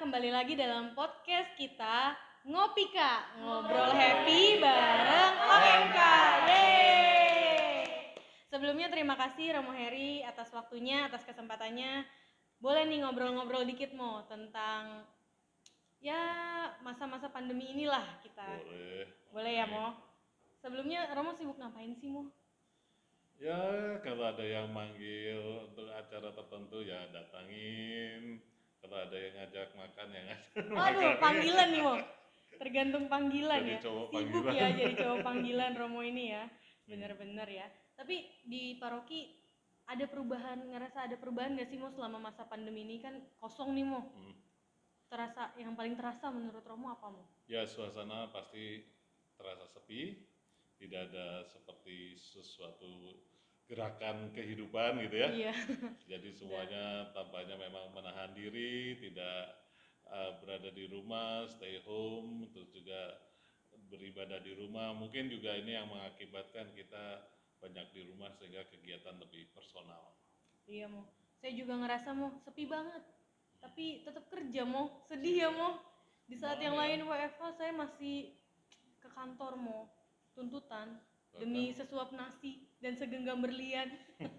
kembali lagi dalam podcast kita Ngopika, ngobrol happy bareng OMK. Yeay! Sebelumnya terima kasih Romo Heri atas waktunya, atas kesempatannya. Boleh nih ngobrol-ngobrol dikit Mo tentang ya masa-masa pandemi inilah kita. Boleh ya Mo? Sebelumnya Romo sibuk ngapain sih Mo? Ya kalau ada yang manggil untuk acara tertentu ya datangin. Kalau ada yang ngajak makan ya ngajak Aduh, makan. panggilan nih Mo. Tergantung panggilan Jadi ya. cowok Sibuk panggilan. ya jadi cowok panggilan Romo ini ya. Bener-bener ya. Tapi di paroki ada perubahan, ngerasa ada perubahan gak sih Mo selama masa pandemi ini? Kan kosong nih Mo. Terasa, yang paling terasa menurut Romo apa Mo? Ya suasana pasti terasa sepi. Tidak ada seperti sesuatu gerakan kehidupan gitu ya. Iya. Jadi semuanya tampaknya memang menahan diri, tidak berada di rumah, stay home, terus juga beribadah di rumah. Mungkin juga ini yang mengakibatkan kita banyak di rumah sehingga kegiatan lebih personal. Iya Mo. Saya juga ngerasa Mo sepi banget. Tapi tetap kerja Mo. Sedih ya Mo. Di saat yang lain WFH saya masih ke kantor Mo. Tuntutan demi sesuap nasi dan segenggam berlian.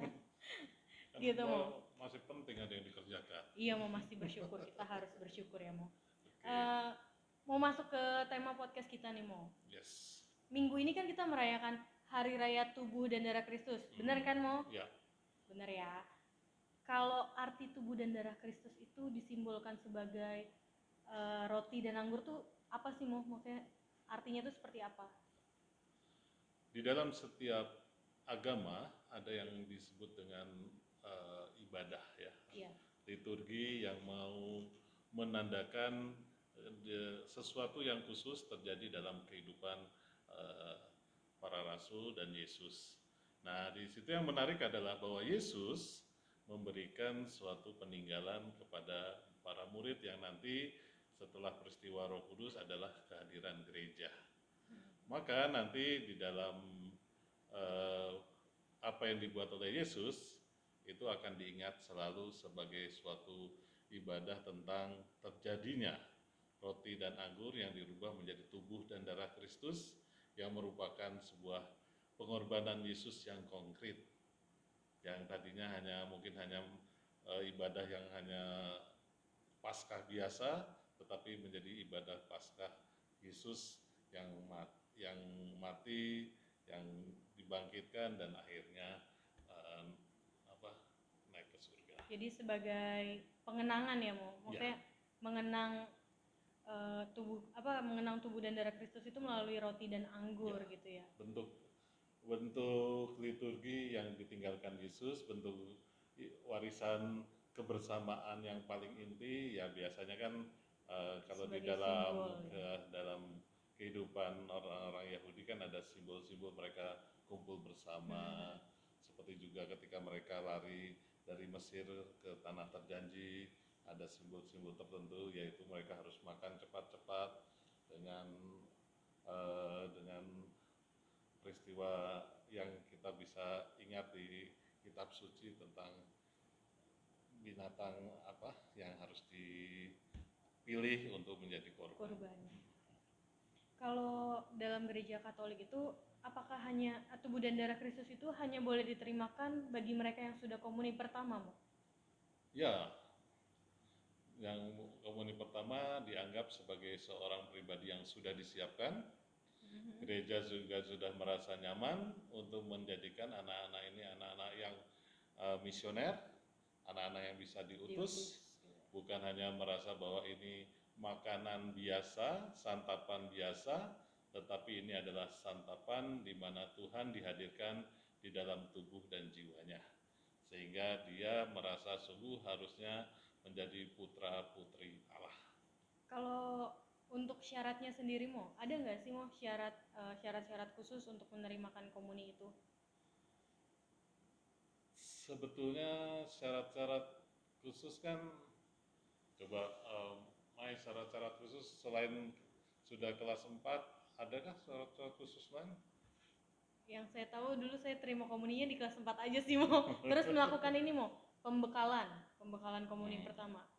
Kan Gitu semua Mo. masih penting ada yang dikerjakan. Iya Mo, masih bersyukur. Kita harus bersyukur ya Mo. Okay. Mau masuk ke tema podcast kita nih Mo. Yes. Minggu ini kan kita merayakan Hari Raya Tubuh dan Darah Kristus. Benar kan Mo? Ya. Benar ya. Kalau arti tubuh dan darah Kristus itu disimbolkan sebagai roti dan anggur tuh apa sih Mo? Maksudnya artinya itu seperti apa? Di dalam setiap agama ada yang disebut dengan ibadah ya. Iya. Liturgi yang mau menandakan sesuatu yang khusus terjadi dalam kehidupan para rasul dan Yesus. Nah, di situ yang menarik adalah bahwa Yesus memberikan suatu peninggalan kepada para murid yang nanti setelah peristiwa Roh Kudus adalah kehadiran gereja. Maka nanti di dalam apa yang dibuat oleh Yesus itu akan diingat selalu sebagai suatu ibadah tentang terjadinya roti dan anggur yang dirubah menjadi tubuh dan darah Kristus yang merupakan sebuah pengorbanan Yesus yang konkret, yang tadinya mungkin hanya ibadah yang hanya Paskah biasa, tetapi menjadi ibadah Paskah Yesus yang mati, yang dibangkitkan dan akhirnya naik ke surga. Jadi sebagai pengenangan ya Mo, maksudnya mengenang mengenang tubuh dan darah Kristus itu melalui roti dan anggur gitu ya. Bentuk liturgi yang ditinggalkan Yesus, bentuk warisan kebersamaan yang paling inti ya biasanya kan kalau di dalam kehidupan orang-orang Yahudi kan ada simbol-simbol mereka kumpul bersama, seperti juga ketika mereka lari dari Mesir ke tanah terjanji ada simbol-simbol tertentu, yaitu mereka harus makan cepat-cepat dengan peristiwa yang kita bisa ingat di kitab suci tentang binatang apa yang harus dipilih untuk menjadi korban. Kalau dalam gereja Katolik itu apakah hanya tubuh dan darah Kristus itu hanya boleh diterimakan bagi mereka yang sudah komuni pertama, Mo? Ya, yang komuni pertama dianggap sebagai seorang pribadi yang sudah disiapkan. Gereja juga sudah merasa nyaman untuk menjadikan anak-anak ini anak-anak yang misioner, anak-anak yang bisa diutus, bukan hanya merasa bahwa ini makanan biasa, santapan biasa, tetapi ini adalah santapan di mana Tuhan dihadirkan di dalam tubuh dan jiwanya, sehingga dia merasa sungguh harusnya menjadi putra-putri Allah. Kalau untuk syaratnya sendiri Mo, ada nggak sih Mo syarat-syarat khusus untuk menerimakan komuni itu? Sebetulnya syarat-syarat khusus kan syarat-syarat khusus selain sudah kelas 4, adakah syarat-syarat khusus lain? Yang saya tahu dulu saya terima komuninya di kelas 4 aja sih Mo. Terus melakukan ini Mo, pembekalan komuni pertama.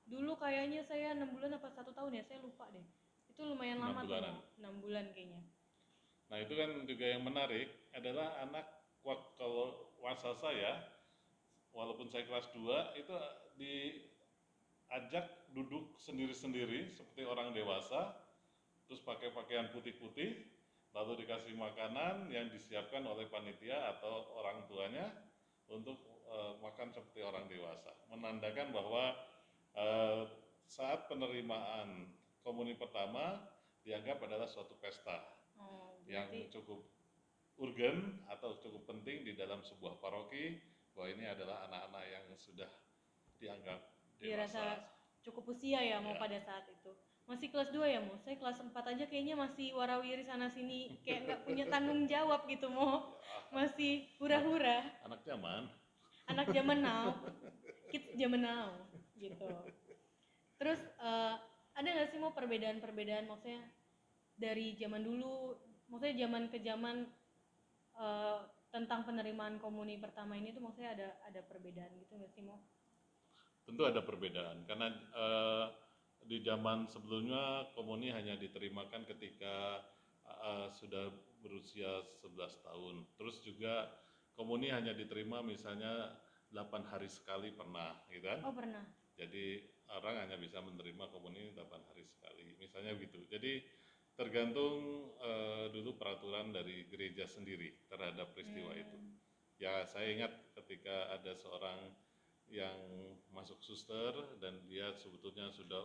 Dulu kayaknya saya 6 bulan apa 1 tahun ya, saya lupa deh. Itu lumayan 6 lama tuh, bulanan. 6 bulan kayaknya. Nah itu kan juga yang menarik adalah anak kalau masa saya, walaupun saya kelas 2 itu diajak duduk sendiri-sendiri seperti orang dewasa, terus pakai pakaian putih-putih, lalu dikasih makanan yang disiapkan oleh panitia atau orang tuanya untuk makan seperti orang dewasa, menandakan bahwa eh, saat penerimaan komuni pertama dianggap adalah suatu pesta Oh, yang berarti cukup urgen atau cukup penting di dalam sebuah paroki, bahwa ini adalah anak-anak yang sudah dianggap dirasa dewasa. cukup usia ya mau Ya. pada saat itu. Masih kelas 2 ya mau? Saya kelas 4 aja kayaknya masih warawiri sana sini, kayak nggak punya tanggung jawab gitu mau. Ya, Masih anak, hura-hura, anak zaman. anak zaman now, kids zaman now gitu. Terus ada nggak sih mau perbedaan-perbedaan, maksudnya dari zaman dulu, maksudnya zaman ke zaman, eh, tentang penerimaan komuni pertama ini tuh maksudnya ada perbedaan gitu nggak sih mau? Tentu ada perbedaan karena di zaman sebelumnya komuni hanya diterimakan ketika sudah berusia 11 tahun. Terus juga komuni hanya diterima misalnya 8 hari sekali pernah, gitu kan? Oh pernah. Jadi orang hanya bisa menerima komuni 8 hari sekali, misalnya begitu. Jadi tergantung dulu peraturan dari gereja sendiri terhadap peristiwa itu. Ya saya ingat ketika ada seorang yang masuk suster dan dia sebetulnya sudah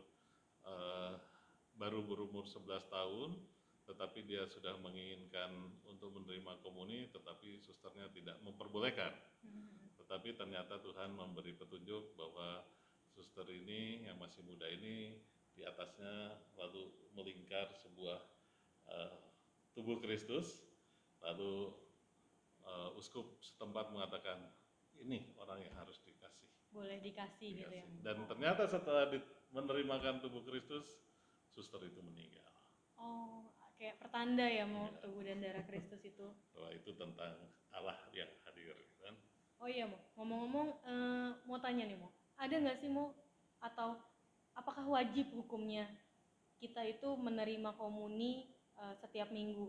baru berumur 11 tahun, tetapi dia sudah menginginkan untuk menerima komuni, tetapi susternya tidak memperbolehkan. Tetapi ternyata Tuhan memberi petunjuk bahwa suster ini yang masih muda ini di atasnya lalu melingkar sebuah uh, tubuh Kristus, lalu uskup setempat mengatakan ini orang yang harus dikasih. Boleh dikasih gitu ya. Dan ternyata setelah menerimakan tubuh Kristus, suster itu meninggal. Oh, kayak pertanda ya mau Ya. tubuh dan darah Kristus itu. Bahwa itu tentang Allah yang hadir, kan? Oh iya mau, ngomong-ngomong, mau tanya nih mau, ada nggak sih mau, atau apakah wajib hukumnya kita itu menerima komuni setiap minggu?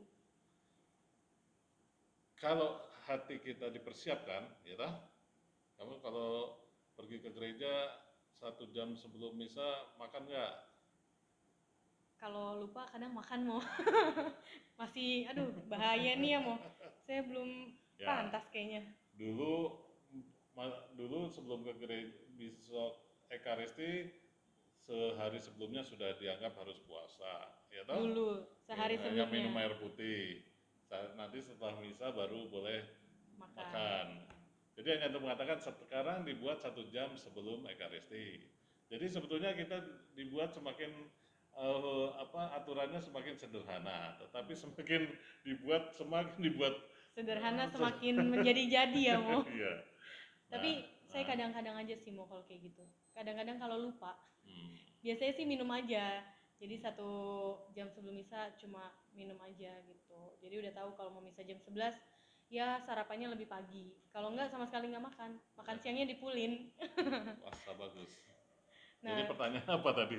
Kalau hati kita dipersiapkan, ya toh, kamu kalau pergi ke gereja 1 jam sebelum misa makan nggak? Kalau lupa kadang makan mau. Masih, aduh bahaya nih ya mau. Saya belum Ya, pantas kayaknya. dulu sebelum ke gereja besok Ekaristi sehari sebelumnya sudah dianggap harus puasa, ya toh? Dulu, sehari Hanya minum sebelumnya air putih. Nanti setelah misa baru boleh makan. makan. Jadi hanya untuk mengatakan sekarang dibuat 1 jam sebelum Ekaristi. Jadi sebetulnya kita dibuat semakin aturannya semakin sederhana, tetapi semakin dibuat Sederhana semakin menjadi-jadi ya mau. iya. Tapi saya kadang-kadang aja sih mau kalau kayak gitu. Kadang-kadang kalau lupa, biasanya sih minum aja. Jadi 1 jam sebelum misa cuma minum aja gitu. Jadi udah tahu kalau mau misa jam 11, ya sarapannya lebih pagi. Kalau enggak sama sekali nggak makan. Makan siangnya dipulin. Wah, bagus. Nah, Jadi pertanyaan apa tadi?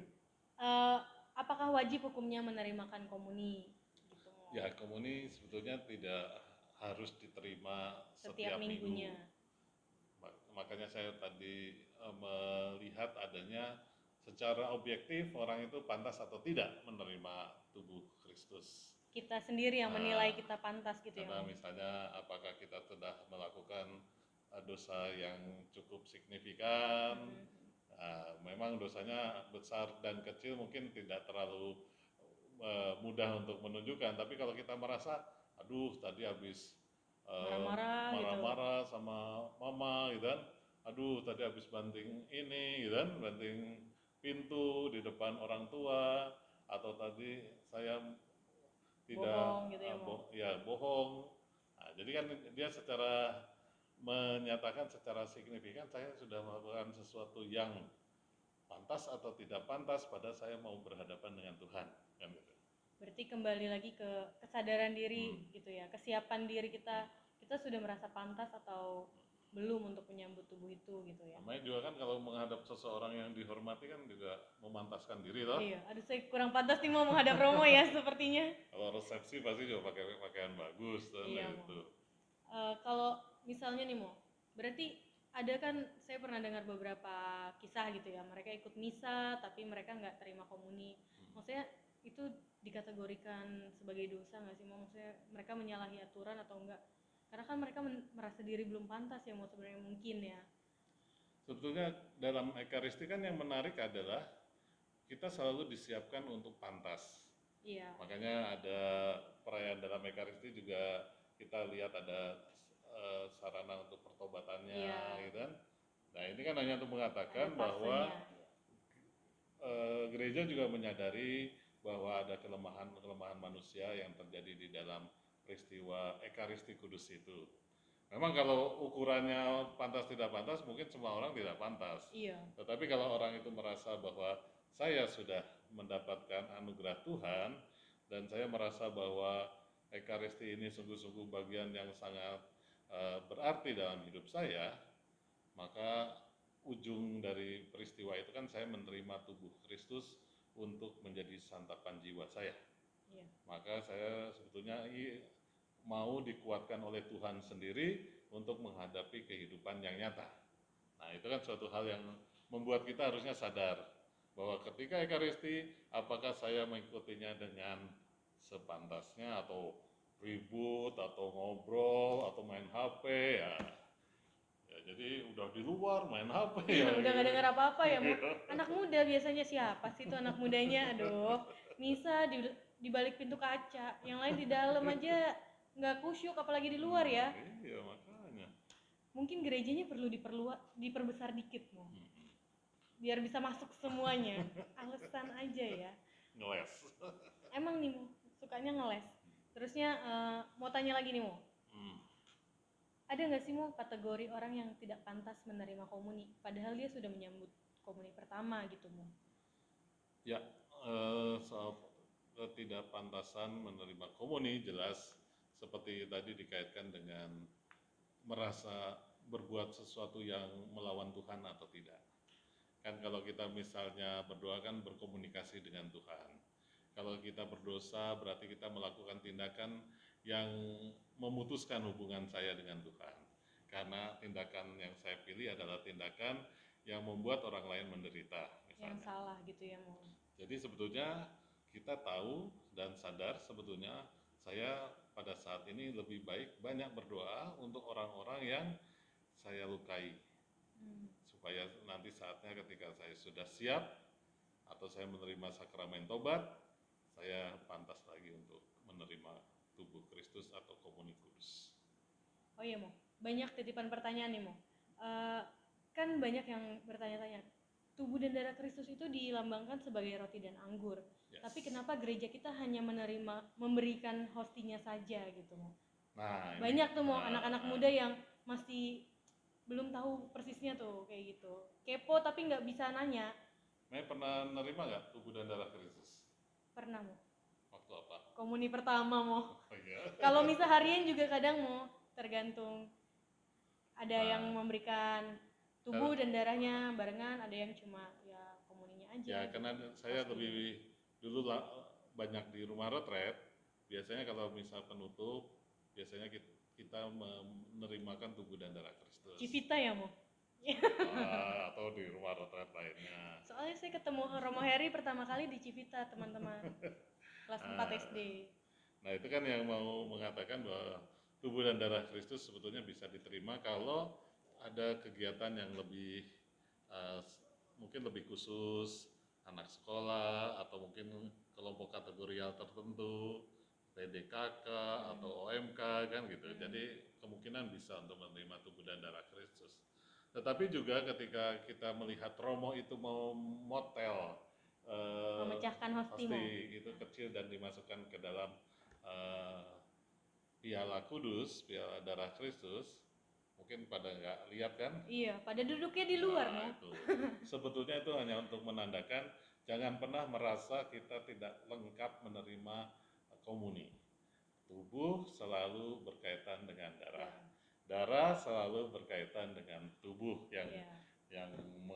apakah wajib hukumnya menerimakan komuni? Gitu. Ya, komuni sebetulnya tidak harus diterima Setiap setiap minggu. minggunya. Makanya saya tadi melihat adanya secara objektif orang itu pantas atau tidak menerima tubuh Kristus. Kita sendiri yang menilai kita pantas gitu ya. Karena misalnya apakah kita sudah melakukan dosa yang cukup signifikan, memang dosanya besar dan kecil mungkin tidak terlalu mudah untuk menunjukkan, tapi kalau kita merasa aduh tadi habis marah-marah gitu sama mama gitu kan, aduh tadi habis banting ini gitu kan, banting pintu di depan orang tua, atau tadi saya tidak bohong gitu ya, bohong. Nah, jadi kan dia secara menyatakan secara signifikan saya sudah melakukan sesuatu yang pantas atau tidak pantas pada saya mau berhadapan dengan Tuhan, kan gitu. Berarti kembali lagi ke kesadaran diri gitu ya, kesiapan diri kita sudah merasa pantas atau belum untuk menyambut tubuh itu gitu ya. Namanya juga kan kalau menghadap seseorang yang dihormati kan juga memantaskan diri toh. Iya, aduh saya kurang pantas nih mau menghadap Romo ya sepertinya. Kalau resepsi pasti juga pakai pakaian bagus dan Iya, itu. Kalau misalnya nih Mo, berarti ada kan saya pernah dengar beberapa kisah gitu ya, mereka ikut misa tapi mereka nggak terima komuni. Maksudnya itu dikategorikan sebagai dosa nggak sih Mo? Maksudnya mereka menyalahi aturan atau enggak? Karena kan mereka merasa diri belum pantas ya Mo sebenarnya mungkin ya. Sebetulnya dalam Ekaristi kan yang menarik adalah kita selalu disiapkan untuk pantas. Iya. Makanya ada perayaan dalam Ekaristi juga kita lihat ada sarana untuk pertobatannya, Iya. gitu kan. Nah ini kan hanya untuk mengatakan Ada bahwa fasenya. gereja juga menyadari bahwa ada kelemahan manusia yang terjadi di dalam peristiwa Ekaristi Kudus itu. Memang kalau ukurannya pantas tidak pantas, mungkin semua orang tidak pantas. Iya. Tetapi kalau orang itu merasa bahwa saya sudah mendapatkan anugerah Tuhan dan saya merasa bahwa Ekaristi ini sungguh-sungguh bagian yang sangat berarti dalam hidup saya, maka ujung dari peristiwa itu kan saya menerima tubuh Kristus untuk menjadi santapan jiwa saya. Iya. Maka saya sebetulnya mau dikuatkan oleh Tuhan sendiri untuk menghadapi kehidupan yang nyata. Nah itu kan suatu hal yang membuat kita harusnya sadar bahwa ketika Ekaristi, apakah saya mengikutinya dengan sepantasnya atau ribut atau ngobrol atau main HP ya. Ya jadi udah di luar main HP ya. Udah gak dengar apa-apa ya Mo. Anak muda biasanya siapa sih itu anak mudanya? Aduh, misa di balik pintu kaca, yang lain di dalam aja nggak kusyuk apalagi di luar ya. Iya makanya. Mungkin gerejanya perlu diperbesar dikit Mo. Biar bisa masuk semuanya. Alasan aja ya. Ngeles. Emang nih Mo, sukanya ngeles. Terusnya mau tanya lagi nih Mo. Ada nggak sih Mo kategori orang yang tidak pantas menerima komuni, padahal dia sudah menyambut komuni pertama gitu Mo? Ya, soal ketidakpantasan menerima komuni jelas seperti tadi dikaitkan dengan merasa berbuat sesuatu yang melawan Tuhan atau tidak. Kan kalau kita misalnya berdoa kan berkomunikasi dengan Tuhan. Kalau kita berdosa berarti kita melakukan tindakan yang memutuskan hubungan saya dengan Tuhan. Karena tindakan yang saya pilih adalah tindakan yang membuat orang lain menderita misalnya. Yang salah gitu ya Mo. Jadi sebetulnya kita tahu dan sadar sebetulnya saya pada saat ini lebih baik banyak berdoa untuk orang-orang yang saya lukai. Supaya nanti saatnya ketika saya sudah siap atau saya menerima sakramen tobat, saya pantas lagi untuk menerima tubuh Kristus atau komuni kudus. Oh iya Mo, banyak titipan pertanyaan nih Mo. Kan banyak yang bertanya-tanya, tubuh dan darah Kristus itu dilambangkan sebagai roti dan anggur. Yes. Tapi kenapa gereja kita hanya memberikan hostinya saja gitu Mo? Nah, banyak tuh Mo anak-anak muda yang masih belum tahu persisnya tuh kayak gitu. Kepo tapi nggak bisa nanya. May pernah nerima nggak tubuh dan darah Kristus? Pernah Mo. Waktu apa? Komuni pertama Mo. Oh, iya. Kalau misa harian juga kadang Mo, tergantung. Ada yang memberikan tubuh dan darahnya barengan, ada yang cuma ya komuninya aja. Ya karena saya lebih dulu banyak di rumah retret, biasanya kalau misal penutup, biasanya kita menerimakan tubuh dan darah Kristus. Civita ya Mo? Atau di rumah retret lainnya. Soalnya saya ketemu Romo Heri pertama kali di Civita teman-teman, kelas 4 SD. Nah itu kan yang mau mengatakan bahwa tubuh dan darah Kristus sebetulnya bisa diterima kalau ada kegiatan yang lebih mungkin lebih khusus, anak sekolah atau mungkin kelompok kategorial tertentu, PDKK atau OMK kan gitu. Jadi kemungkinan bisa untuk menerima tubuh dan darah Kristus. Tetapi juga ketika kita melihat Romo itu mau motel memecahkan hosti itu kecil dan dimasukkan ke dalam piala kudus, piala darah Kristus, mungkin pada nggak lihat kan? Iya, pada duduknya di luar nah, itu. Sebetulnya itu hanya untuk menandakan jangan pernah merasa kita tidak lengkap menerima komuni. Tubuh selalu berkaitan dengan darah. darah selalu berkaitan dengan tubuh yang Iya. yang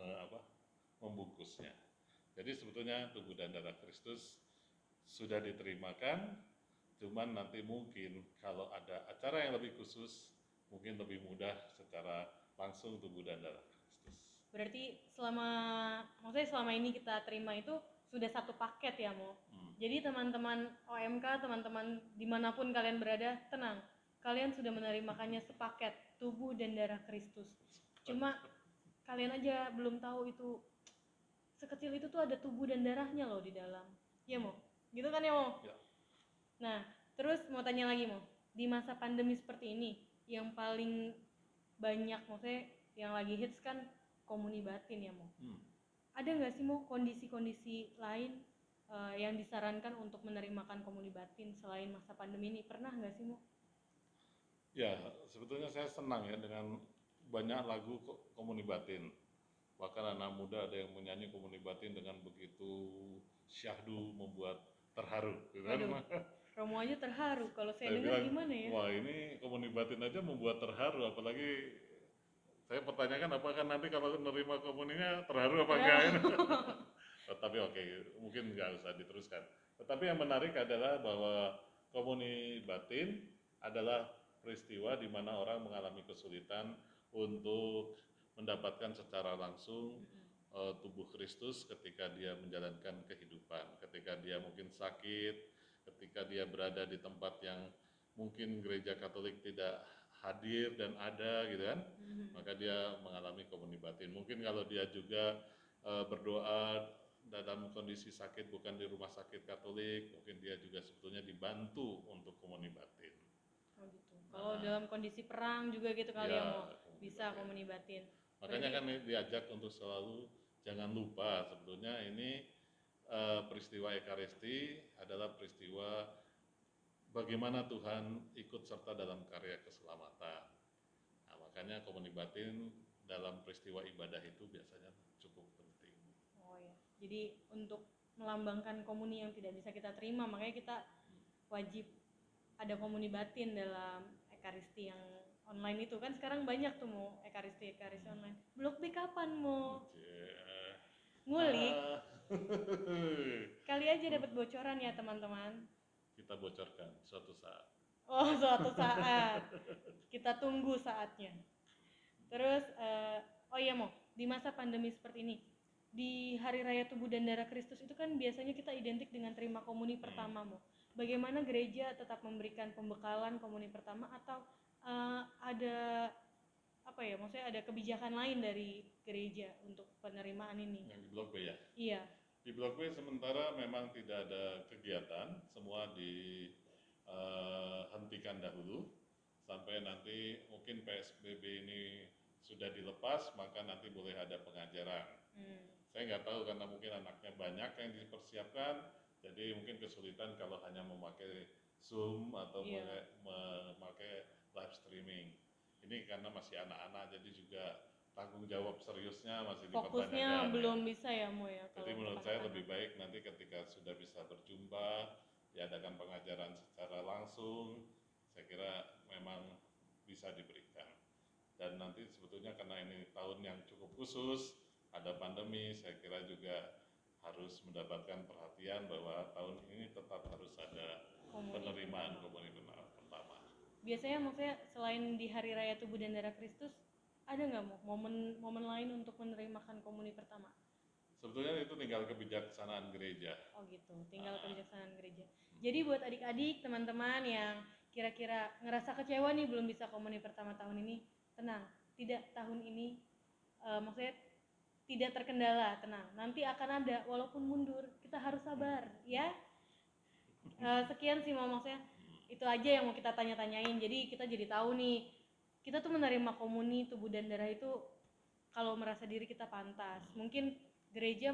membungkusnya. Jadi sebetulnya tubuh dan darah Kristus sudah diterimakan, cuman nanti mungkin kalau ada acara yang lebih khusus, mungkin lebih mudah secara langsung tubuh dan darah Kristus. Berarti maksudnya selama ini kita terima itu sudah satu paket ya, Mo. Jadi teman-teman OMK, teman-teman dimanapun kalian berada, tenang. Kalian sudah menerimakannya sepaket, tubuh dan darah Kristus. Cuma kalian aja belum tahu itu sekecil itu tuh ada tubuh dan darahnya loh di dalam. Ya, Mo? Gitu kan ya, Mo? Ya. Nah, terus mau tanya lagi, Mo. Di masa pandemi seperti ini, yang paling banyak, maksudnya yang lagi hits kan komuni batin ya, Mo. Ada nggak sih, Mo, kondisi-kondisi lain yang disarankan untuk menerimakan komuni batin selain masa pandemi ini? Pernah nggak sih, Mo? Ya, sebetulnya saya senang ya dengan banyak lagu komuni batin. Bahkan anak muda ada yang menyanyi komuni batin dengan begitu syahdu, membuat terharu. Waduh, Romo aja terharu. Kalau saya dengar bilang, gimana ya? wah ini komuni batin aja membuat terharu, apalagi saya pertanyakan apakah nanti kalau menerima komuninya terharu apa enggak ya? Tapi oke, mungkin nggak usah diteruskan. Tetapi yang menarik adalah bahwa komuni batin adalah peristiwa di mana orang mengalami kesulitan untuk mendapatkan secara langsung tubuh Kristus ketika dia menjalankan kehidupan, ketika dia mungkin sakit, ketika dia berada di tempat yang mungkin gereja Katolik tidak hadir dan ada gitu kan, maka dia mengalami komuni batin. Mungkin kalau dia juga berdoa dalam kondisi sakit bukan di rumah sakit Katolik, mungkin dia juga sebetulnya dibantu untuk komuni batin. Oh gitu. Kalau dalam kondisi perang juga gitu kali ya, Mo, bisa batin. komuni batin. Makanya kan diajak untuk selalu jangan lupa sebetulnya ini peristiwa Ekaristi adalah peristiwa bagaimana Tuhan ikut serta dalam karya keselamatan. Nah, makanya komuni batin dalam peristiwa ibadah itu biasanya cukup penting. Oh ya. Jadi untuk melambangkan komuni yang tidak bisa kita terima, makanya kita wajib ada komuni batin dalam Ekaristi yang online itu kan sekarang banyak tuh, Mo, Ekaristi online. Blok B kapan, Mo? Ngulik. Kali aja dapat bocoran ya, teman-teman. Kita bocorkan suatu saat. Oh, suatu saat. Kita tunggu saatnya. Terus, oh iya, Mo, di masa pandemi seperti ini, di Hari Raya Tubuh dan Darah Kristus itu kan biasanya kita identik dengan terima komuni pertama, Mo. Bagaimana gereja tetap memberikan pembekalan komuni pertama atau ada apa ya, maksudnya ada kebijakan lain dari gereja untuk penerimaan ini? Yang di Blok B ya? Iya. Di Blok B sementara memang tidak ada kegiatan, semua dihentikan dahulu sampai nanti mungkin PSBB ini sudah dilepas, maka nanti boleh ada pengajaran. Saya nggak tahu karena mungkin anaknya banyak yang dipersiapkan, jadi mungkin kesulitan kalau hanya memakai Zoom atau memakai live streaming. Ini karena masih anak-anak, jadi juga tanggung jawab seriusnya masih dipertanyakan. Fokusnya belum bisa ya, Mo ya. Jadi menurut saya lebih baik nanti ketika sudah bisa berjumpa, diadakan pengajaran secara langsung, saya kira memang bisa diberikan. Dan nanti sebetulnya karena ini tahun yang cukup khusus, ada pandemi, saya kira juga harus mendapatkan perhatian bahwa tahun ini tetap harus ada penerimaan komuni pertama. Biasanya maksudnya selain di Hari Raya Tubuh dan Darah Kristus, ada nggak, Mo, momen lain untuk menerimakan komuni pertama? Sebetulnya itu tinggal kebijaksanaan gereja. Oh gitu, tinggal kebijaksanaan gereja. Jadi buat adik-adik, teman-teman yang kira-kira ngerasa kecewa nih belum bisa komuni pertama tahun ini, tenang, tidak tahun ini, maksudnya tidak terkendala, tenang. Nanti akan ada, walaupun mundur, kita harus sabar, ya. Sekian sih, Mo, maksudnya itu aja yang mau kita tanya-tanyain. Jadi kita jadi tahu nih, kita tuh menerima komuni tubuh dan darah itu kalau merasa diri kita pantas. Mungkin gereja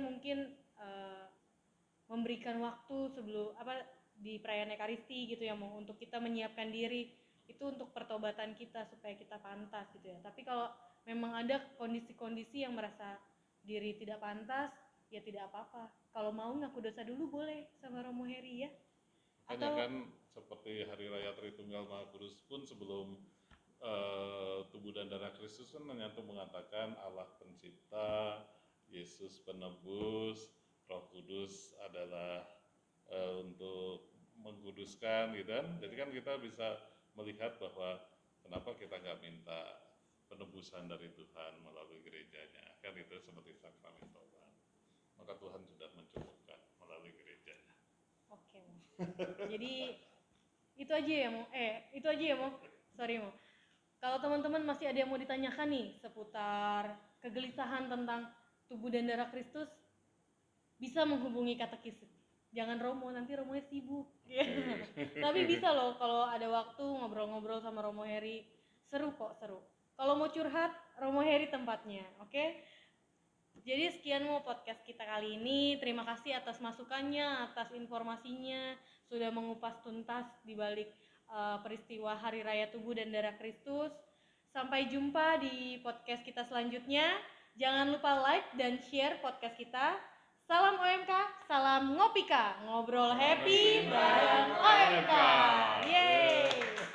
memberikan waktu sebelum di perayaan Ekaristi gitu ya, Mo, untuk kita menyiapkan diri itu untuk pertobatan kita supaya kita pantas gitu ya. Tapi kalau memang ada kondisi-kondisi yang merasa diri tidak pantas, ya tidak apa-apa. Kalau mau ngaku dosa dulu boleh sama Romo Heri ya. Makanya kan seperti Hari Raya Tritunggal Maha Kudus pun sebelum tubuh dan darah Kristus kan menyatu mengatakan Allah pencipta, Yesus penebus, Roh Kudus adalah untuk mengkuduskan gitu kan. Jadi kan kita bisa melihat bahwa kenapa kita nggak minta penebusan dari Tuhan melalui gerejanya, kan itu seperti sakramen tobat. Maka Tuhan sudah mencukupkan melalui gerejanya. Oke, Mo. Jadi itu aja ya, Mo. Itu aja ya, Mo. Sorry, Mo. Kalau teman-teman masih ada yang mau ditanyakan nih seputar kegelisahan tentang tubuh dan darah Kristus, bisa menghubungi katekis. Jangan Romo, nanti Romonya sibuk. Tapi bisa loh kalau ada waktu ngobrol-ngobrol sama Romo Heri. Seru kok, seru. Kalau mau curhat, Romo Heri tempatnya, oke? Jadi sekian Mo podcast kita kali ini. Terima kasih atas masukannya, atas informasinya, sudah mengupas tuntas di balik peristiwa Hari Raya Tubuh dan Darah Kristus. Sampai jumpa di podcast kita selanjutnya. Jangan lupa like dan share podcast kita. Salam OMK, salam Ngopika, ngobrol happy bareng OMK. Yeay.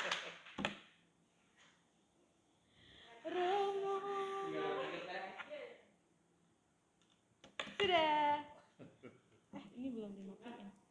Romo. Sudah. Ini belum dimatiin.